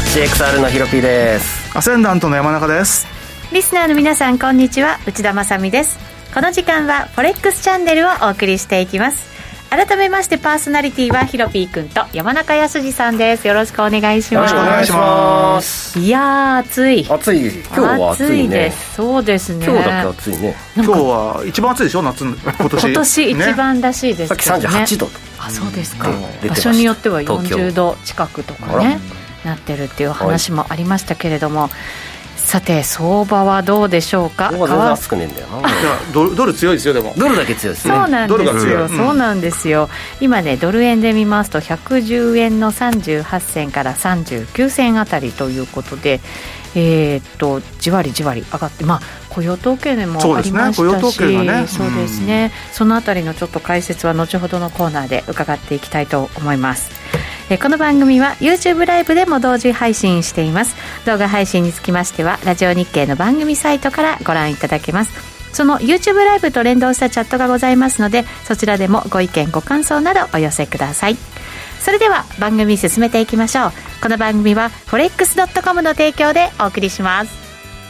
CXR のヒロピーです。 アセンダントの山中です。 リスナーの皆さんこんにちは、内田まさみです。この時間はフォレックスチャンネルをお送りしていきます。改めましてパーソナリティはヒロピーくんと山中康二さんです。よろしくお願いします。 よろしくお願いします。 いやー暑い、 今日は暑いね。 です。そうですね、 今日だけ暑いね。 今日は一番暑いでしょ、夏今年一番らしいですけどね。 さっき38度と、 そうですか、場所によっては40度近くとかねなってるっていう話もありましたけれども、さて相場はどうでしょうか。 全然暑くねえんだよな。 ドル強いですよ。でもドルだけ強いですね。 そうなんですよ、そうなんですよ。今ねドル円で見ますと110円の38銭から39銭あたりということで、じわりじわり上がって、雇用統計もありましたし、 雇用統計がね、 そうですね、そのあたりのちょっと解説は後ほどのコーナーで伺っていきたいと思います。この番組は YouTube ライブでも同時配信しています。動画配信につきましてはラジオ日経の番組サイトからご覧いただけます。その YouTube ライブと連動したチャットがございますので、そちらでもご意見ご感想などお寄せください。それでは番組進めていきましょう。この番組は forex.com の提供でお送りします。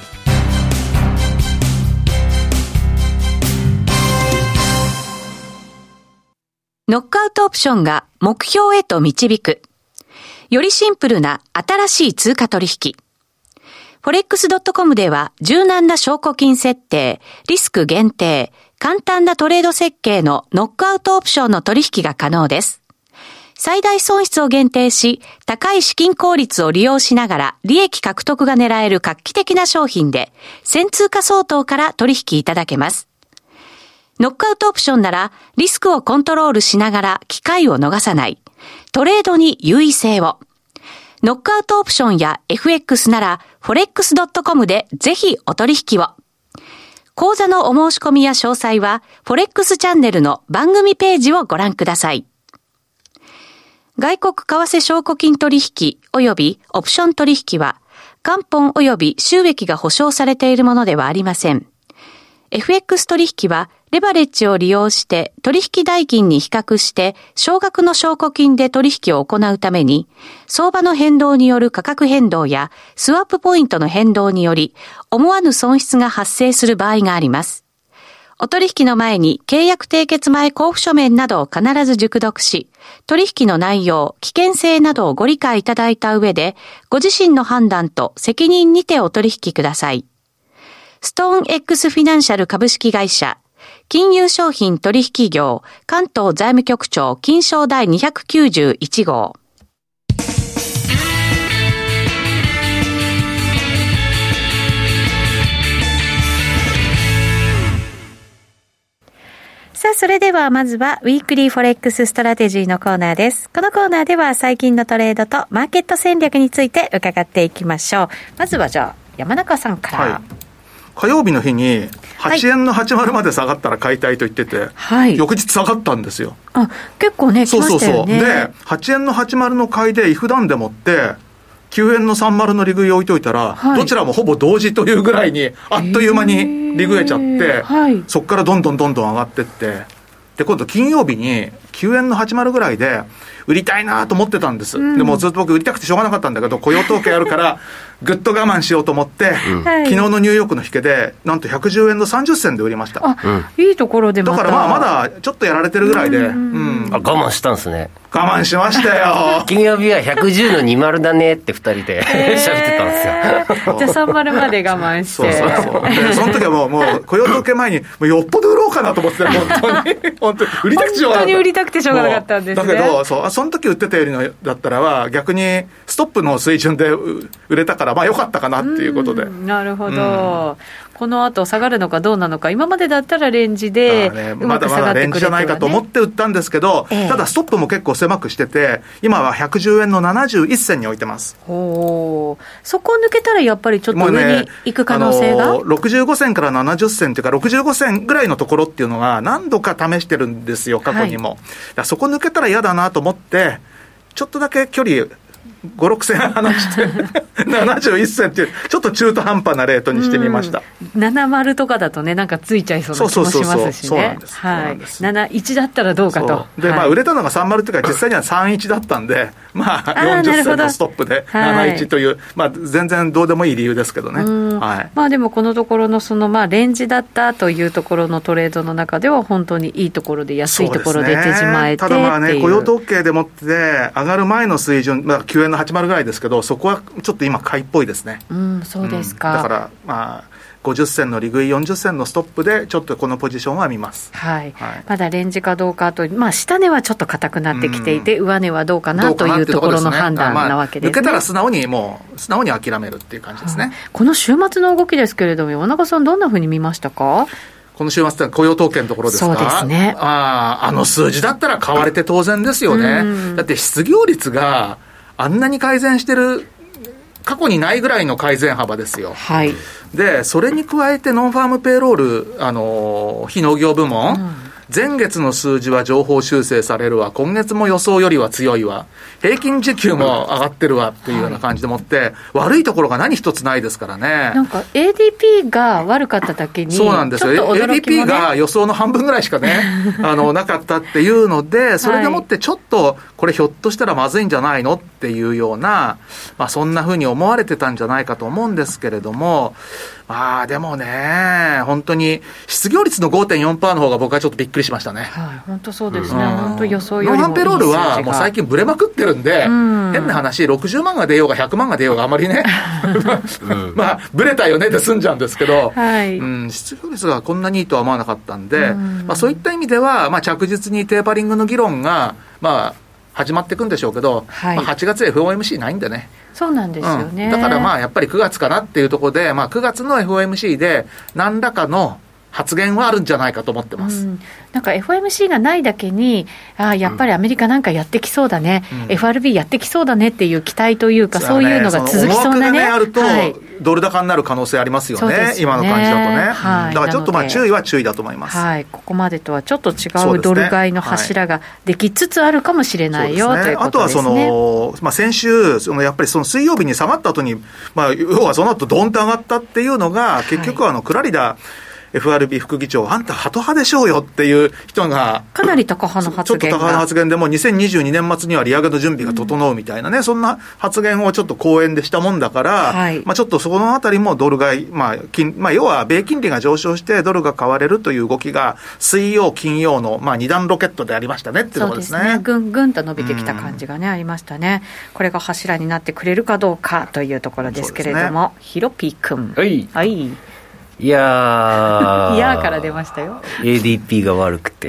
ノックアウトオプションが目標へと導く。よりシンプルな新しい通貨取引。forex.com では柔軟な証拠金設定、リスク限定、簡単なトレード設計のノックアウトオプションの取引が可能です。最大損失を限定し、高い資金効率を利用しながら利益獲得が狙える画期的な商品で、1000通貨相当から取引いただけます。ノックアウトオプションならリスクをコントロールしながら機会を逃さない。トレードに優位性を。ノックアウトオプションや FX なら forex.com でぜひお取引を。講座のお申し込みや詳細は Forex チャンネルの番組ページをご覧ください。外国為替証拠金取引及びオプション取引は元本及び収益が保証されているものではありません。FX 取引はレバレッジを利用して取引代金に比較して少額の証拠金で取引を行うために、相場の変動による価格変動やスワップポイントの変動により思わぬ損失が発生する場合があります。お取引の前に契約締結前交付書面などを必ず熟読し、取引の内容、危険性などをご理解いただいた上で、ご自身の判断と責任にてお取引ください。ストーン X フィナンシャル株式会社、金融商品取引業、関東財務局長金商第291号。さあ、それではまずはウィークリーフォレックスストラテジーのコーナーです。このコーナーでは最近のトレードとマーケット戦略について伺っていきましょう。まずはじゃあ山中さんから。 火曜日の日に8円の80まで下がったら買いたいと言ってて、翌日下がったんですよ。 結構ね、来ましたよね。 で、8円の80の買いでイフダンでもって9円の30の利食い置いといたら、どちらもほぼ同時というぐらいにあっという間に利食えちゃって、そこからどんどん上がってって、で今度金曜日に9円の80ぐらいで売りたいなと思ってたんです、でもずっと僕売りたくてしょうがなかったんだけど、雇用統計あるからぐっと我慢しようと思って、昨日のニューヨークの引けでなんと110円の30銭で売りました。 いいところでまた。 だからまだちょっとやられてるぐらいで、 我慢したんですね。 我慢しましたよ。 金曜日は110の20だねって2人で喋ってたんですよ。 じゃあ30まで我慢して。 そうでその時はもう雇用統計前にもうよっぽど売ろうかなと思ってた。本当に売りたくてしょうがなかった。 本当に売りたくてしょうがなかったんですね。 だけどその時売ってたよりのだったらは逆にストップの水準で売れたから良かったかなっていうことで。 なるほど、この後下がるのかどうなのか。今までだったらレンジでうまく下がってくれてはね、 まだまだレンジじゃないかと思って売ったんですけど、ただストップも結構狭くしてて、今は110円の71銭に置いてます。 そこを抜けたらやっぱりちょっと上に行く可能性が、 65銭から70銭というか65銭ぐらいのところっていうのが何度か試してるんですよ、過去にも。だからそこ抜けたら嫌だなと思ってちょっとだけ距離 5、6銭離して71銭っていうちょっと中途半端なレートにしてみました。 70とかだとねなんかついちゃいそうな気もしますしね。 そうなんです、 はい、71だったらどうかと。 で、売れたのが30っていうか実際には31だったんで40銭のストップで71という、全然どうでもいい理由ですけどね。 でもこのところのそのレンジだったというところのトレードの中では本当にいいところで安いところで手じまえてっていう。 ただ雇用統計でもって上がる前の水準、9円の80ぐらいですけど、そこはちょっと今買いっぽいですね。 そうですか。 だから50銭の利食い40銭のストップでちょっとこのポジションは見ます。 まだレンジかどうかと、下値はちょっと硬くなってきていて、上値はどうかなというところの判断なわけですね。 抜けたら素直に諦めるっていう感じですね。 この週末の動きですけれども、山中さんどんなふうに見ましたか？ この週末って雇用統計のところですか？ そうですね。 数字だったら買われて当然ですよね。だって失業率があんなに改善してる、過去にないぐらいの改善幅ですよ。でそれに加えてノンファームペイロール、非農業部門、前月の数字は上方修正されるわ、今月も予想よりは強いわ、平均時給も上がってるわっていうような感じでもって、悪いところが何一つないですからね。 なんか ADP が悪かっただけに、 そうなんですよ、ADP が予想の半分ぐらいしかねなかったっていうので、それでもってちょっとこれひょっとしたらまずいんじゃないのっていうような、そんな風に思われてたんじゃないかと思うんですけれども、でもね、本当に失業率の 5.4% の方が僕はちょっとびっくりしましたね。 本当そうですね。本当予想よりもいい数字が。 ノンファンペロールはもう最近ブレまくってるんで、変な話、60万が出ようが100万が出ようがあまりねブレたよねで済んじゃうんですけど、失業率がこんなにいいとは思わなかったんで、そういった意味では、着実にテーパリングの議論が始まっていくんでしょうけど、8月 FOMC ないんでね。 そうなんですよね。 だからやっぱり9月かなっていうところで、9月の FOMC で何らかの発言はあるんじゃないかと思ってます。 なんか FOMC がないだけに、やっぱりアメリカなんかやってきそうだね、FRB やってきそうだねっていう期待というか、そういうのが続きそうなね。 あると、ドル高になる可能性ありますよね。今の感じだとね。だからちょっと注意は注意だと思います。 ここまでとはちょっと違うドル買いの柱ができつつあるかもしれないよ、ということですね。 あとは先週やっぱりその水曜日に下がった後に、要はその後ドンと上がったっていうのが、結局クラリダFRB 副議長、あんたハト派でしょうよっていう人がかなり高派の発言が、 ちょっと高派の発言でも2022年末には利上げの準備が整うみたいなね、そんな発言をちょっと講演でしたもんだから、ちょっとそのあたりもドル買い、要は米金利が上昇してドルが買われるという動きが水曜金曜の2段ロケットでありましたねっていうところですね。 そうですね、ぐんぐんと伸びてきた感じがね、ありましたね。これが柱になってくれるかどうかというところですけれども、ヒロピー君、いやーから出ましたよ。 ADP が悪くて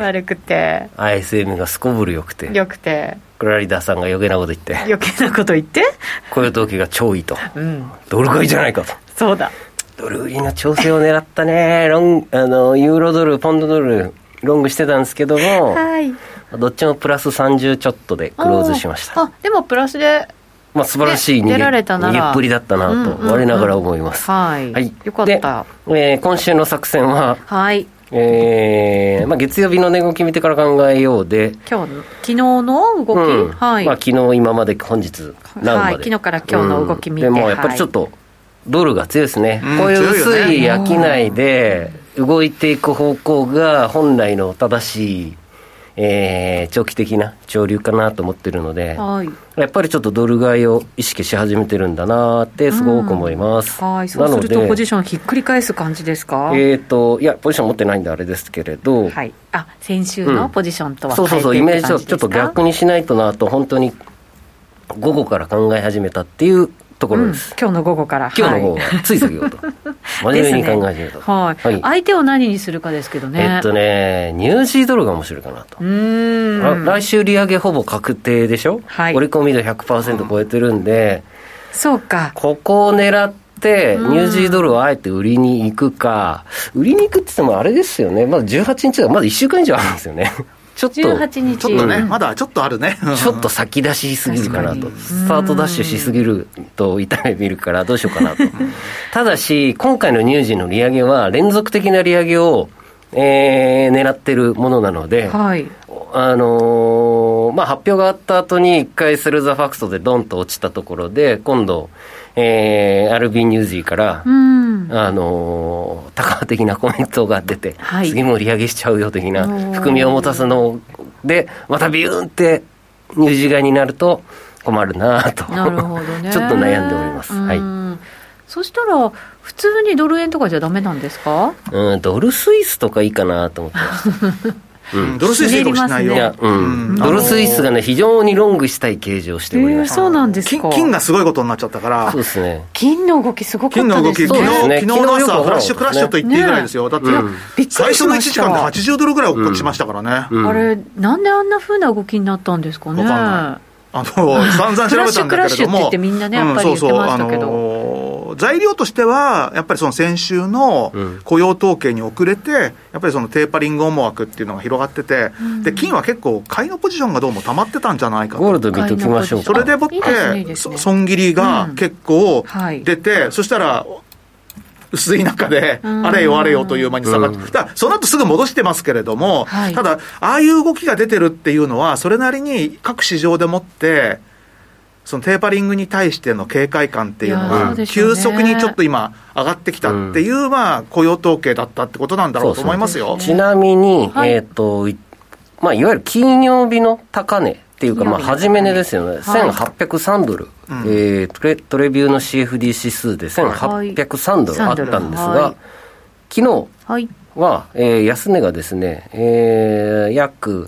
ISM がすこぶるよくてクラリダさんが余計なこと言って雇用統計が超いいと、ドル買いじゃないかと。 そうだ、 ドル売りの調整を狙ったねユーロドルポンドドルロングしてたんですけども、どっちもプラス30ちょっとでクローズしました。 でもプラスで素晴らしい逃げっぷりだったなと我ながら思います。 よかった。 今週の作戦は、月曜日の値動き見てから考えようで、 昨日の動き、 昨日今まで本日なまで、 昨日から今日の動き見て、 でもやっぱりちょっとドルが強いですね。こういう薄い商いで動いていく方向が本来の正しい長期的な潮流かなと思ってるので、やっぱりちょっとドル買いを意識し始めてるんだなってすごく思います。 そうするとポジションひっくり返す感じですか？ いやポジション持ってないんであれですけれど、 先週のポジションとは変えてイメージをちょっと逆にしないとなと本当に午後から考え始めたっていうところです。 今日の午後から、 今日の午後はつい先ほど真面目に考えてみると、 相手を何にするかですけどね。 ニュージードルが面白いかなと。来週利上げほぼ確定でしょ、織り込み度 100% 超えてるんで、 そうか、 ここを狙ってニュージードルをあえて売りに行くか、売りに行くって言ってもあれですよね、まだ18日がまだ1週間以上あるんですよねちょっと 18日ちょっとね、まだちょっとあるねちょっと先出しすぎるかなと、スタートダッシュしすぎると痛め見るからどうしようかなとただし今回の乳児の利上げは連続的な利上げを、狙ってるものなので、 発表があった後に一回セルザファクトでドンと落ちたところで、今度、RB ニュージーから、高的なコメントが出て、はい、次も利上げしちゃうよ的な含みを持たすので、またビューンってニュージー買いになると困るなと。 なるほどね。 ちょっと悩んでおります。はい。 そしたら普通にドル円とかじゃダメなんですか？ ドルスイスとかいいかなと思ってますドルスイスいいかもしれないよ、ね、 ドルスイスがね非常にロングしたい形状をしております。 そうなんですか。 金がすごいことになっちゃったから。 そうですね。 金の動きすごかったですね。 昨日の朝フラッシュクラッシュと言っていいぐらいですよ、だって、最初の1時間で80ドルぐらい落っこちましたからね、 あれなんであんな風な動きになったんですかね。 散々調べたんだけれども、フラッシュクラッシュって言ってみんなねやっぱり言ってましたけど、 材料としてはやっぱりその先週の雇用統計に遅れて、やっぱりそのテーパリング思惑っていうのが広がってて、で金は結構買いのポジションがどうも溜まってたんじゃないかと。 ゴールド見ときましょうか。 それでもって損切りが結構出て、そしたら薄い中であれよあれよという間に下がって、だからその後すぐ戻してますけれども、ただああいう動きが出てるっていうのはそれなりに各市場でもってそのテーパリングに対しての警戒感っていうのが急速にちょっと今上がってきたっていう、雇用統計だったってことなんだろうと思いますよ。 ちなみに、いわゆる金曜日の高値っていうか、初め値ですよね、1803ドル、トレビューの CFD 指数で1803ドルあったんですが、昨日は、安値がですね、約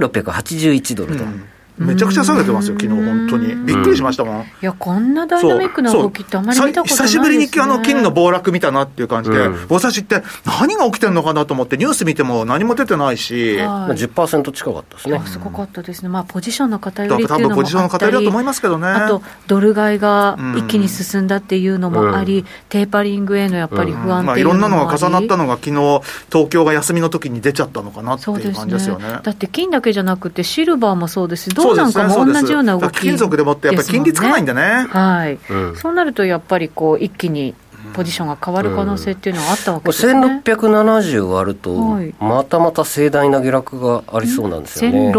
1681ドルと、 めちゃくちゃ下げてますよ昨日。本当にびっくりしましたもん。 いやこんなダイナミックな動きってあまり見たことないですね。 久しぶりに金の暴落見たなっていう感じで、私って何が起きてるのかなと思ってニュース見ても何も出てないし、 10% 近かったですね。 すごかったですね。ポジションの偏りっていうのもあったり、 多分ポジションの偏りだと思いますけどね。 あとドル買いが一気に進んだっていうのもあり、テーパリングへのやっぱり不安っていうのもあり、 いろんなのが重なったのが昨日東京が休みの時に出ちゃったのかなっていう感じですよね。 だって金だけじゃなくてシルバーもそうですし、銅なんかも同じような動き金属でもってやっぱり金利つかないんだね。 そうなるとやっぱり一気にポジションが変わる可能性っていうのはあったわけですね。 1670割ると、またまた盛大な下落がありそうなんですよね。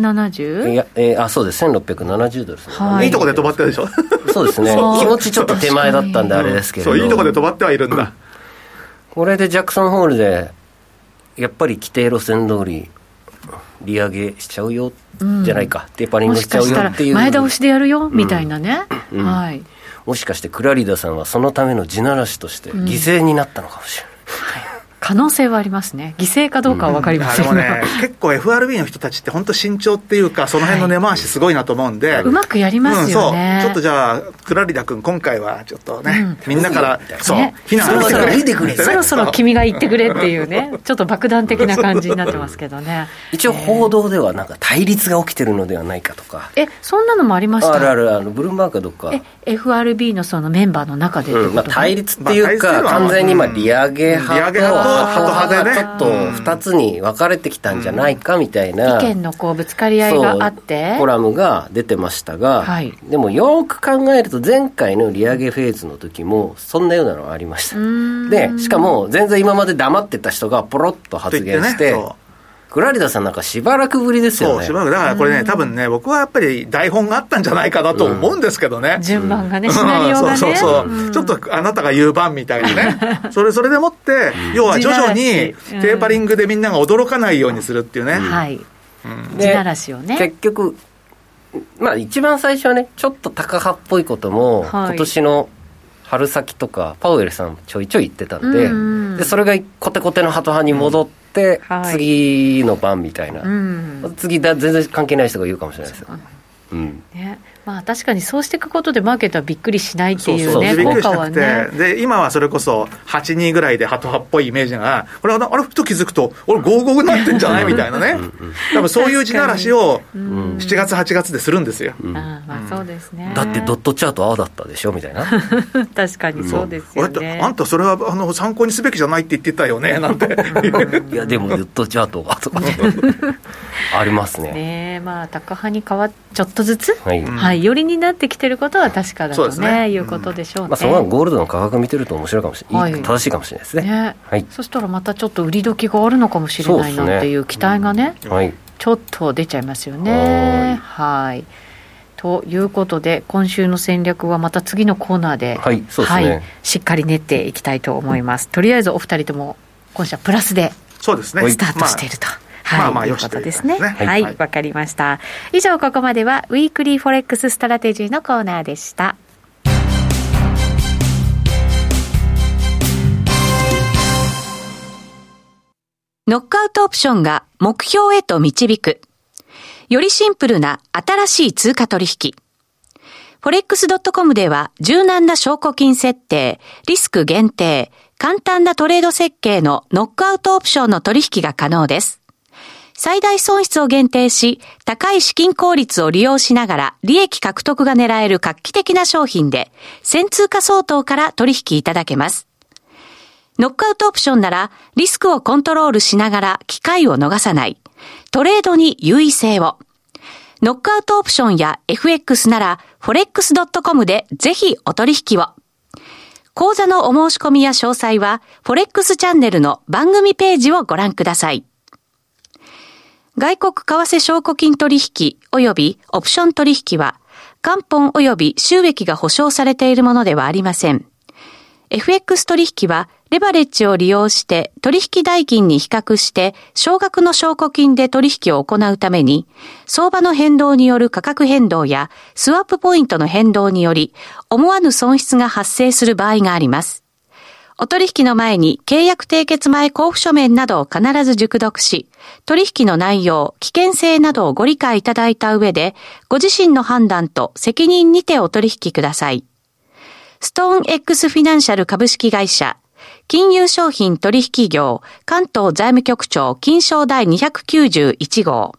1670？ そうです、1670ドルですね。 いいとこで止まってるでしょ。 そうですね。気持ちちょっと手前だったんであれですけれど、 いいとこで止まってはいるんだ。 これでジャクソンホールでやっぱり規定路線通り利上げしちゃうよじゃないか、テーパリングしちゃうよっていう、 前倒しでやるよみたいなね、 もしかしてクラリダさんはそのための地ならしとして犠牲になったのかもしれない、 可能性はありますね。犠牲かどうかは分かりませんが、 結構 FRB の人たちって本当慎重っていうか、その辺の根回しすごいなと思うんで、 うまくやりますよね。 ちょっとじゃあクラリダ君今回はちょっとね、みんなから非難をしてくれ、そろそろ君が言ってくれっていうねちょっと爆弾的な感じになってますけどね。 一応報道ではなんか対立が起きてるのではないかとか、 そんなのもありました。 あるブルームバーグかどっか、 FRB のそのメンバーの中でってこと、 対立っていうか、完全に利上げ派とハト派がちょっと2つに分かれてきたんじゃないかみたいな、 意見のぶつかり合いがあってコラムが出てましたが、でもよく考えると前回の利上げフェーズの時もそんなようなのがありました。でしかも全然今まで黙ってた人がポロッと発言して、クラリダさんなんかしばらくぶりですよね。 しばらくだからこれね、多分ね、僕はやっぱり台本があったんじゃないかなと思うんですけどね、 順番がね、シナリオがね、 ちょっとあなたが言う番みたいなねそれでもって要は徐々にテーパリングでみんなが驚かないようにするっていうね、 地ならしをね。 結局一番最初はね、ちょっとタカ派っぽいことも、今年の春先とかパウエルさんちょいちょい言ってたんで、それがコテコテのハト派に戻って、次の番みたいな、次全然関係ない人が言うかもしれないですよ。 確かにそうしていくことでマーケットはびっくりしないっていうね、効果はね。 で今はそれこそ8-2ぐらいでハト派っぽいイメージが、これあれふと気づくと俺5-5になってんじゃないみたいなね多分そういう地ならしを7月8月でするんですよ。 そうですね。 だってドットチャートああだったでしょみたいな確かにそうですよね。 あんたそれは参考にすべきじゃないって言ってたよねなんていやでもドットチャートがとかありますね。 タカ派にちょっとずつ寄りになってきてることは確かだとね、いうことでしょうね。 そのゴールドの価格見てると面白いかもしれない、正しいかもしれないですね。 そしたらまたちょっと売り時があるのかもしれないなっていう期待がね、 ちょっと出ちゃいますよね。はい。ということで今週の戦略はまた次のコーナーで、 はいそうですね、はい、 しっかり練っていきたいと思います。とりあえずお二人とも今週はプラスでそうですねスタートしていると、ということですね。 はい、 わかりました。以上ここまではウィークリーフォレックスストラテジーのコーナーでした。ノックアウトオプションが目標へと導く。よりシンプルな新しい通貨取引。forex.com では柔軟な証拠金設定、リスク限定、簡単なトレード設計のノックアウトオプションの取引が可能です。最大損失を限定し、高い資金効率を利用しながら利益獲得が狙える画期的な商品で、1000通貨相当から取引いただけます。ノックアウトオプションならリスクをコントロールしながら機会を逃さない。トレードに優位性を。ノックアウトオプションや FX なら forex.com でぜひお取引を。講座のお申し込みや詳細は Forex チャンネルの番組ページをご覧ください。外国為替証拠金取引及びオプション取引は元本及び収益が保証されているものではありません。FX 取引はレバレッジを利用して取引代金に比較して少額の証拠金で取引を行うために相場の変動による価格変動やスワップポイントの変動により思わぬ損失が発生する場合があります。お取引の前に契約締結前交付書面などを必ず熟読し、取引の内容、危険性などをご理解いただいた上でご自身の判断と責任にてお取引ください。ストーン X フィナンシャル株式会社金融商品取引業関東財務局長金商第291号。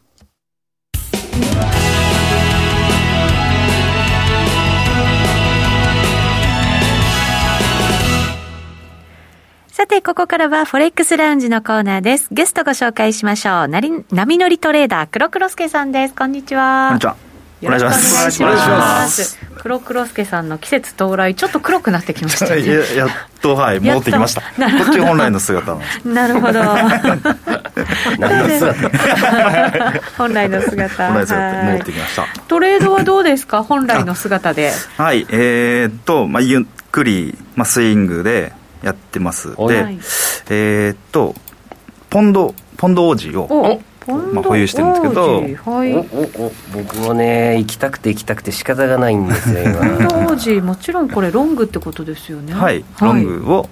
さてここからはフォレックスラウンジのコーナーです。ゲストご紹介しましょう。波乗りトレーダー黒黒助さんです。こんにちは。 こんにちは。 よろしくお願いします。黒黒助さんの季節到来ちょっと黒くなってきましたね。 やっと戻ってきました。こっち本来の姿なんです。 なるほど。本来の姿戻ってきました。 トレードはどうですか本来の姿で。 はい、ゆっくり、スイングでやってます。で、ポンド王子を保有してるんですけど、 僕もね行きたくて仕方がないんですよ今。 ポンド王子もちろんこれロングってことですよね。 はい、ロングを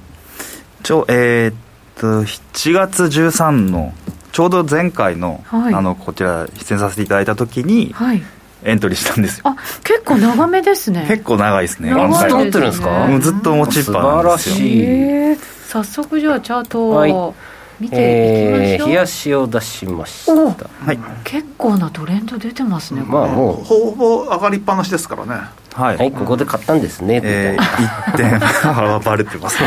7月13のちょうど前回の、こちら出演させていただいた時に、エントリーしたんですよ。 結構長めですね。 結構長いですね。 ずっと持ってるんですか？ もうずっと持ちっぱなんですよ。 素晴らしい。 早速じゃあチャートを見ていきましょう。 冷やしを出しました。 結構なトレンド出てますね。 もうほぼ上がりっぱなしですからね。 はい、ここで買ったんですね。 1点バレてます。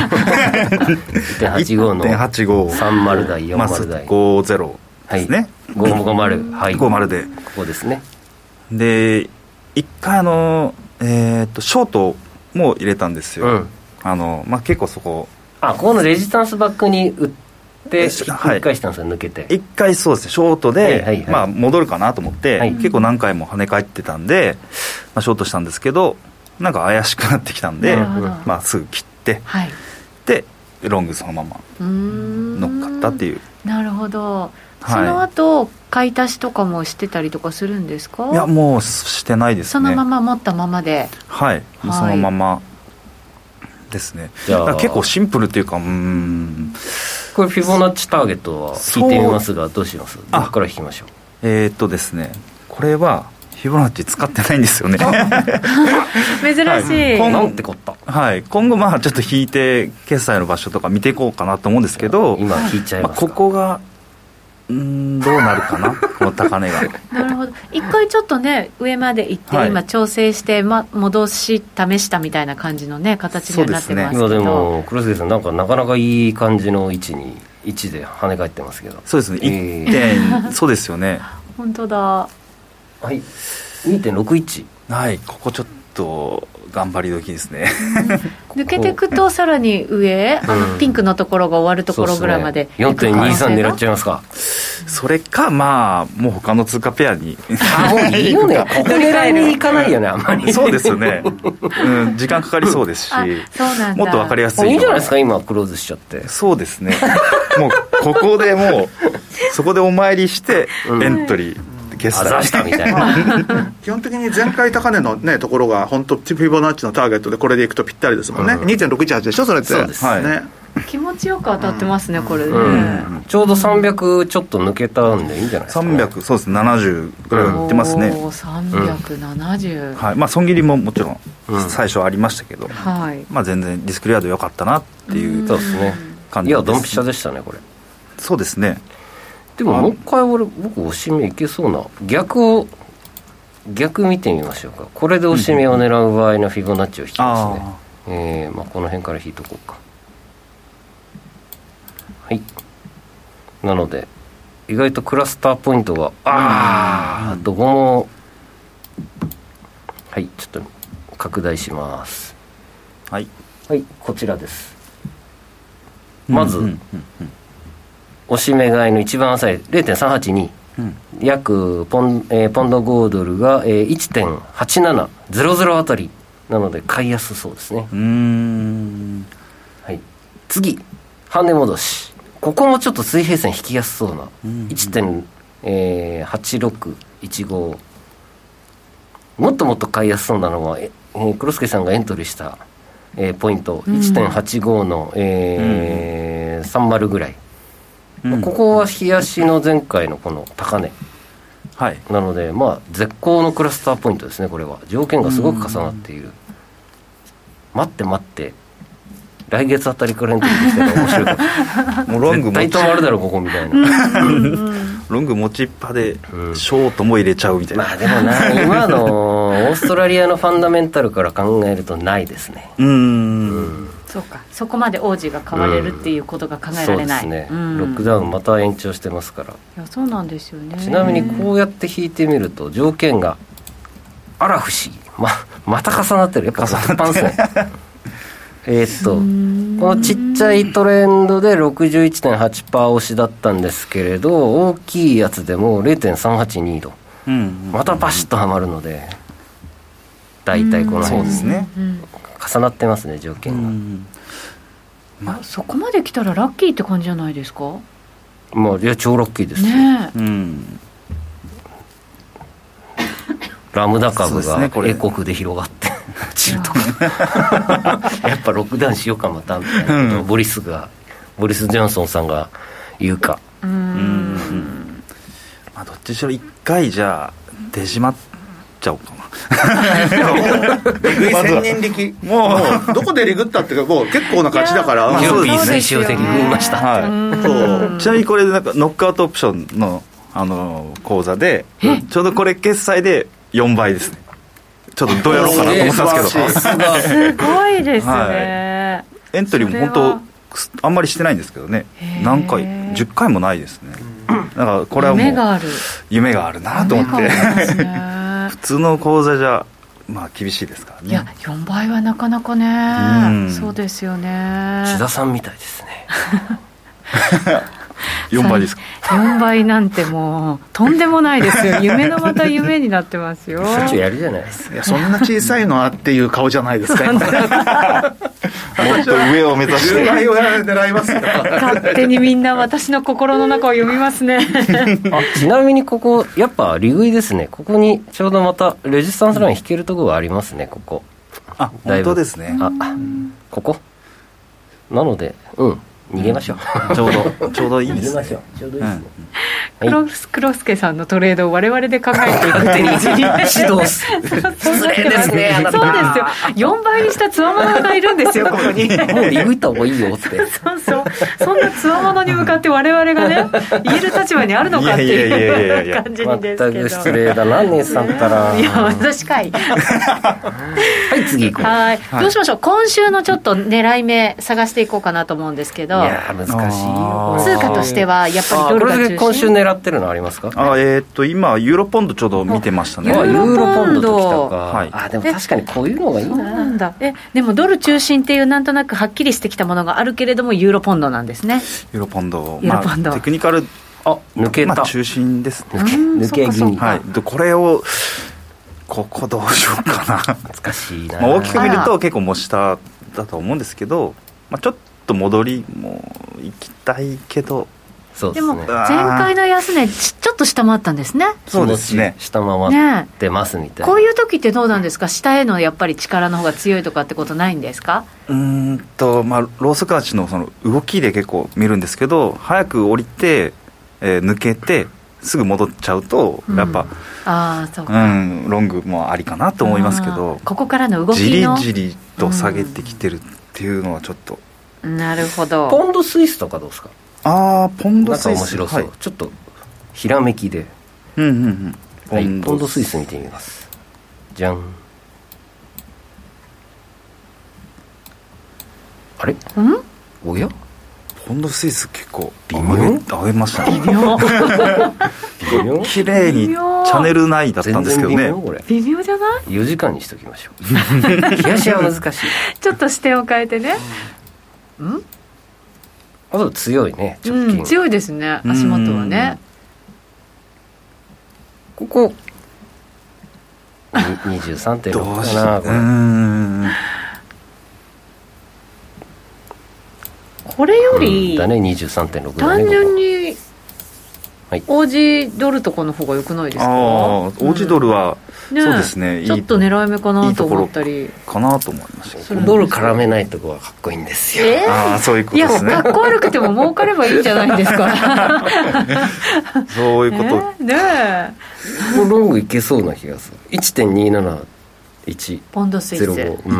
1.85 の30台40台 50ですね。 50、はい、 50でここですね。 で一回ショートも入れたんですよ。結構そこここのレジスタンスバックに売って1回したんですよ、抜けて 1回そうですね、ショートで、戻るかなと思って、結構何回も跳ね返ってたんで、ショートしたんですけどなんか怪しくなってきたんで、すぐ切って、でロングそのまま乗っかったっていう。 なるほど。その後買い足しとかもしてたりとかするんですか？ いやもうしてないですね。 そのまま持ったままで。 はい、そのままですね。結構シンプルっていうか、これフィボナッチターゲットは聞いてみますがどうします？どこから引きましょう？ ですね、これはフィボナッチ使ってないんですよね。 珍しい。 なんてこった。 はい、今後ちょっと引いて決済の場所とか見ていこうかなと思うんですけど、 今引いちゃいますか。 ここがどうなるかなこの高値が。 なるほど。一回ちょっとね上まで行って、今調整して、戻し試したみたいな感じのね形にはなってますけど。 今でも黒瀬さんなかなかいい感じの位置で跳ね返ってますけど。 そうですね、そうですよね。 本当だ。 はい、2.61。 はい、ここちょっとと頑張り時ですね抜けていくとさらに上、ピンクのところが終わるところぐらいまで、 4.23 狙っちゃいますか。 それかまあもう他の通貨ペアにもういいよねここ狙いに行かないよねあんまりそうですよね、時間かかりそうですしそうなんだ、 もっと分かりやすい。 いいんじゃないですか今クローズしちゃって。 そうですねもうここでもうそこでお参りしてエントリー、決済したみたいな基本的に前回高値の、ね、ところが本当フィボナッチのターゲットでこれでいくとぴったりですもんね、2.618 でしょそれって。 そうです、 ね、 気持ちよく当たってますね、これね、 ちょうど300ちょっと抜けたんでいいんじゃないですか、ね、 300そうですね70ぐらいいってますね。 370、 はい、まあ損切りももちろん最初ありましたけど、まあ全然リスクリワード良かったなっていうそうですね感じです。 いやドンピシャでしたねこれ。 そうですね。 でももう一回僕押し目いけそうな逆見てみましょうか。これで押し目を狙う場合のフィボナッチを引きますね、まあ、この辺から引いとこうか。はい。なので意外とクラスターポイントがどこもはいちょっと拡大します。 はい、 はい、こちらです。まず、押し目買いの一番浅い 0.382、約ポンド5ドルが、1.8700 あたりなので買いやすそうですね。はい、次半値戻し、ここもちょっと水平線引きやすそうな 1.8615、もっともっと買いやすそうなのは、黒助さんがエントリーした、ポイント 1.85 の、30ぐらい、ここは日足の前回のこの高値、はい、なのでまあ絶好のクラスターポイントですね。これは条件がすごく重なっている。待って来月あたりからエントリーできたら面白いかももうロング絶対止まるだろここみたいなロング持ちっぱでショートも入れちゃうみたいな。 まあでもな今のオーストラリアのファンダメンタルから考えるとないですね。 そうか、そこまで王子が買われるっていうことが考えられない、 そうですね、ロックダウンまた延長してますから。 いやそうなんですよね。 ちなみにこうやって引いてみると条件があら不思議、また重なってる。やっぱ鉄板ですねこのちっちゃいトレンドで 61.8% 押しだったんですけれど、大きいやつでも 0.382 度、またバシッとはまるので、だいたいこの辺ですね、重なってますね条件が。 そこまで来たらラッキーって感じじゃないですか。 まあいや超ラッキーですね。 ラムダ株が英国で広がって散るとかやっぱロックダウンしようかまたみたいなことをボリス・ジョンソンさんが言うか。 まあ、どっちにしろ1回じゃあ出締まっちゃおうかな千人力もうどこでリグったっていうかもう結構な勝ちだから。 ヒロピー最終的に言いました、 そうちなみにこれなんかノックアウトオプションの、口座でちょうどこれ決済で4倍ですね。ちょっとどうやろうかなと思ったんですけどすごいですね、 エントリーも本当あんまりしてないんですけどね。何回10回もないですね。だからこれはもう夢があるなと思って普通の口座じゃまあ厳しいですからね。 いや4倍はなかなかね。そうですよね。 千田さんみたいですね 4倍ですか。 4倍なんてもうとんでもないですよ。夢のまた夢になってますよ。 しょっちゅうやるじゃないですか。 いやそんな小さいのはっていう顔じゃないですかもっと上を目指して 10倍を狙いますよ勝手にみんな私の心の中を読みますねちなみにここやっぱ利食いですね。ここにちょうどまたレジスタンスライン引けるところがありますね。ここ本当ですね。 ここなので逃げましょうちょうどいいですね。 ちょうどいいですね。 黒助さんのトレードを我々で考えていくっていう指導する失礼ですね。 そうですよ。4倍にしたつわものがいるんですよここに。 もうリグった方がいいよってそうそんなつわものに向かって我々がね言える立場にあるのかっていう感じにですけど。 全く失礼だな姉さんったら。 いや私かいはい次行こう。 どうしましょう。今週のちょっと狙い目探していこうかなと思うんですけど、 いや難しいよ。 通貨としてはやっぱりドルが中心。 これ今週狙ってるのありますか？ 今ユーロポンドちょうど見てましたね。 ユーロポンドときたか、 はい、 でも確かにこういうのがいいな。 なんだ。でもドル中心っていうなんとなくはっきりしてきたものがあるけれどもユーロポンドなんですね。 ユーロポンド、テクニカル抜けた、 中心ですね。 抜け気味、 はい、でこれをここどうしようかな難しいな。 大きく見ると結構もう下だと思うんですけど、ちょっと戻りも行きたいけど、 そうですね。 でも前回の安値ちょっと下回ったんですね。 そうですね、 下回ってますみたいな、 こういう時ってどうなんですか？下へのやっぱり力の方が強いとかってことないんですか？ ローソク足のその動きで結構見るんですけど、早く降りて、抜けてすぐ戻っちゃうと、やっぱそうか、 ロングもありかなと思いますけど、 ここからの動きのじりじりと下げてきてるっていうのはちょっと、 なるほど。 ポンドスイスとかどうですか？ ポンドスイスなんか面白そう、ちょっとひらめきで、 ポンドスイス見てみます。じゃん。あれ？おや？ ポンドスイス結構微妙上げましたね。 微妙綺麗にチャンネル内だったんですけどね。 微妙じゃない？ 4 時間にしときましょう。冷やしは難しい。 ちょっと視点を変えてね。 あと強いね、直近、 強いですね、足元はね。 ここ 23.6 かな、 これより、 だね、23.6 だね。 単純にオージードルとかの方が良くないですか？ オージードルは、そうですね、 ちょっと狙い目かなと思ったり、 いいところかなと思いました。 ドル絡めないとこはかっこいいんですよ。 そういうことですね。 いや、かっこ悪くても儲かればいいんじゃないですか。 そういうことね。 ロングいけそうな気がする。 1.271 ポンドスイス、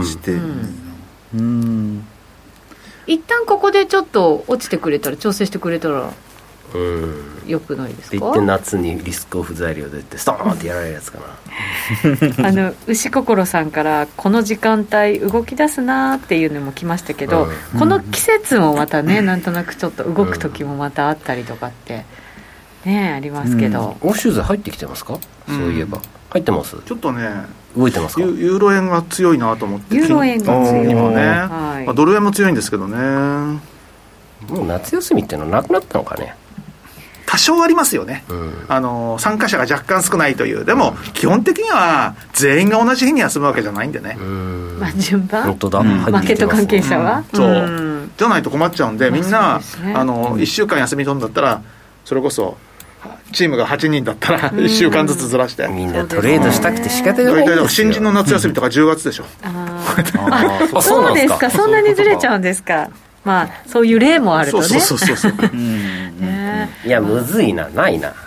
一旦ここでちょっと落ちてくれたら、調整してくれたらよくないですか？ って言って夏にリスクオフ材料でってストーンってやられるやつかな。 牛心さんからこの時間帯動き出すなっていうのも来ましたけど、この季節もまたね、なんとなくちょっと動く時もまたあったりとかってね、ありますけど、 欧州勢入ってきてますか？そういえば入ってます？ ちょっとね、 動いてますか？ ユーロ円が強いなと思って。 ユーロ円が強い今ね、ドル円も強いんですけどね。 もう夏休みっていうのはなくなったのかね。 多少ありますよね、参加者が若干少ないという。でも基本的には全員が同じ日に休むわけじゃないんでね。 順番、 本当だ、 マーケット関係者は、 そうじゃないと困っちゃうんで、みんな、1週間休み取るんだったら、それこそチームが8人だったら1週間ずつずらして、 みんなトレードしたくて仕方がないんですよ。 新人の夏休みとか10月でしょ。 そうですか、そんなにずれちゃうんですか。そういう例もあるとね。 そういや、むずいな、ないな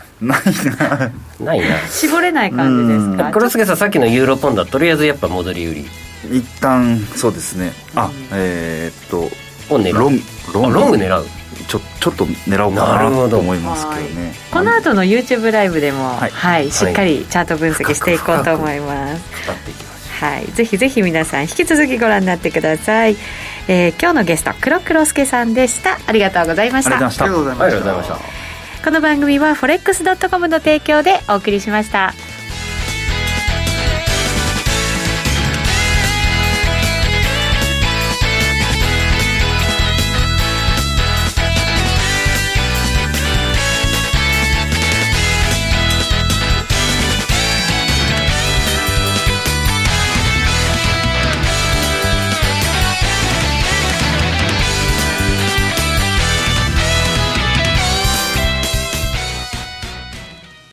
絞れない感じですか？ 黒助さん、さっきのユーロポンドはとりあえずやっぱ戻り売り一旦、そうですね。ロング狙う、 ちょっと狙おうかなと思いますけどね。 この後の YouTube ライブでも、しっかりチャート分析していこうと思います。 語っていきます。 ぜひぜひ皆さん引き続きご覧になってください。今日のゲスト、黒黒助さんでした。ありがとうございました。 ありがとうございました。 この番組は forex.com の提供でお送りしました。